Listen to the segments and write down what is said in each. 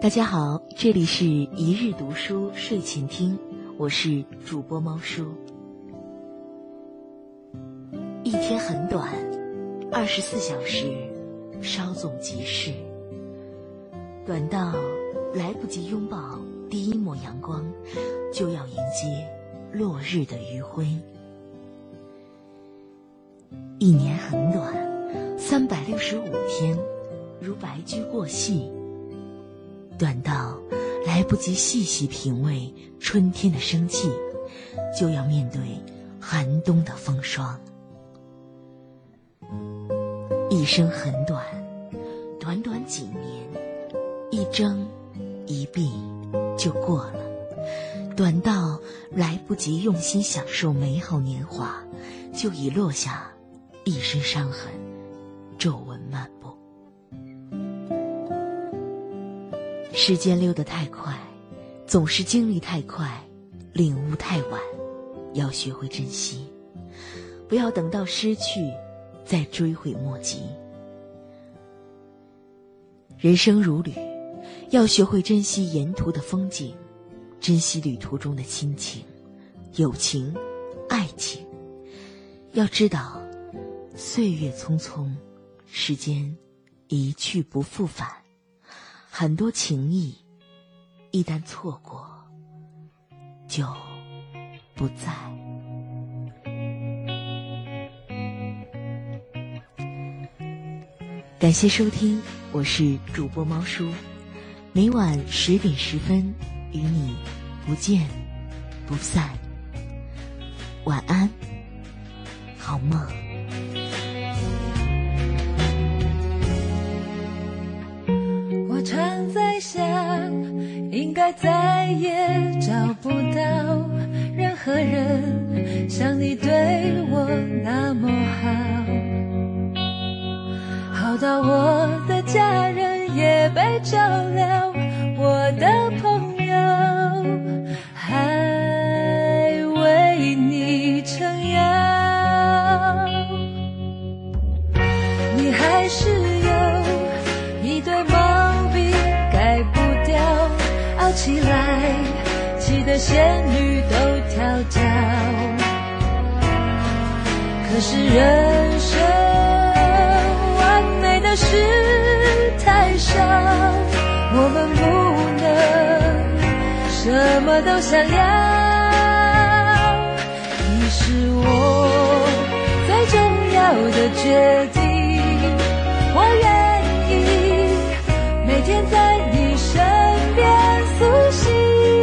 大家好，这里是一日读书睡前听，我是主播猫叔。一天很短，24小时稍纵即逝，短到来不及拥抱第一抹阳光，就要迎接落日的余晖。一年很短，365天如白驹过隙，短到来不及细细品味春天的生气，就要面对寒冬的风霜。一生很短，短短几年，一睁一闭就过了，短到来不及用心享受美好年华，就已落下一身伤痕，皱纹漫步。时间溜得太快，总是经历太快，领悟太晚，要学会珍惜，不要等到失去再追悔莫及。人生如旅，要学会珍惜沿途的风景，珍惜旅途中的亲情、友情、爱情。要知道，岁月匆匆，时间一去不复返，很多情谊一旦错过，就不在。感谢收听，我是主播猫叔，每晚10点10分与你不见不散。晚安，好梦。 我常在想，应该再也找不到任何人像你对我那么好，好到我的家人也被照料，我的朋友还为你撑腰，你还是有一堆毛病改不掉，熬起来气得仙女都跳脚。可是人生完美的事太少，我们不能什么都想要。你是我最重要的决定，我愿意每天在你身边苏醒，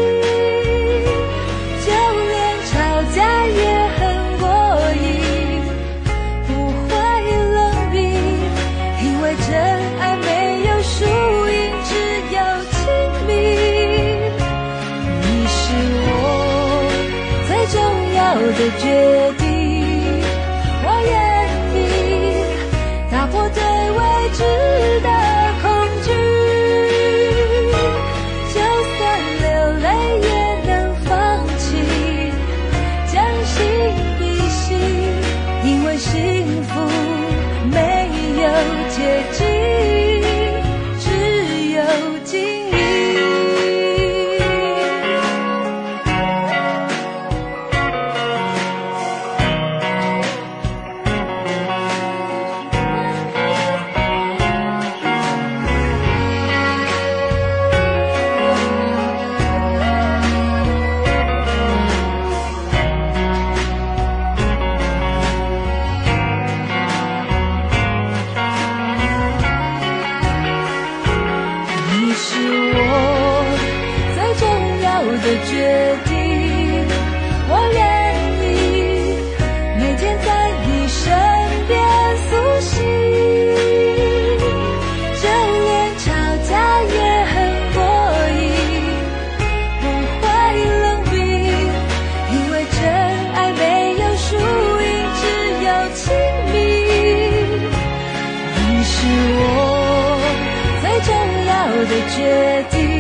就连吵架也很过瘾，不会冷冰，因为真爱没有输赢，只有亲密。你是我最重要的决定，我愿意打破对未知的恐惧，就算流泪也能放弃，将心比心，因为幸福没有捷径，只有经历。的决定，我愿意每天在你身边苏醒，就连吵架也很过瘾，不会冷冰，因为真爱没有输赢，只有亲密。你是我最重要的决定，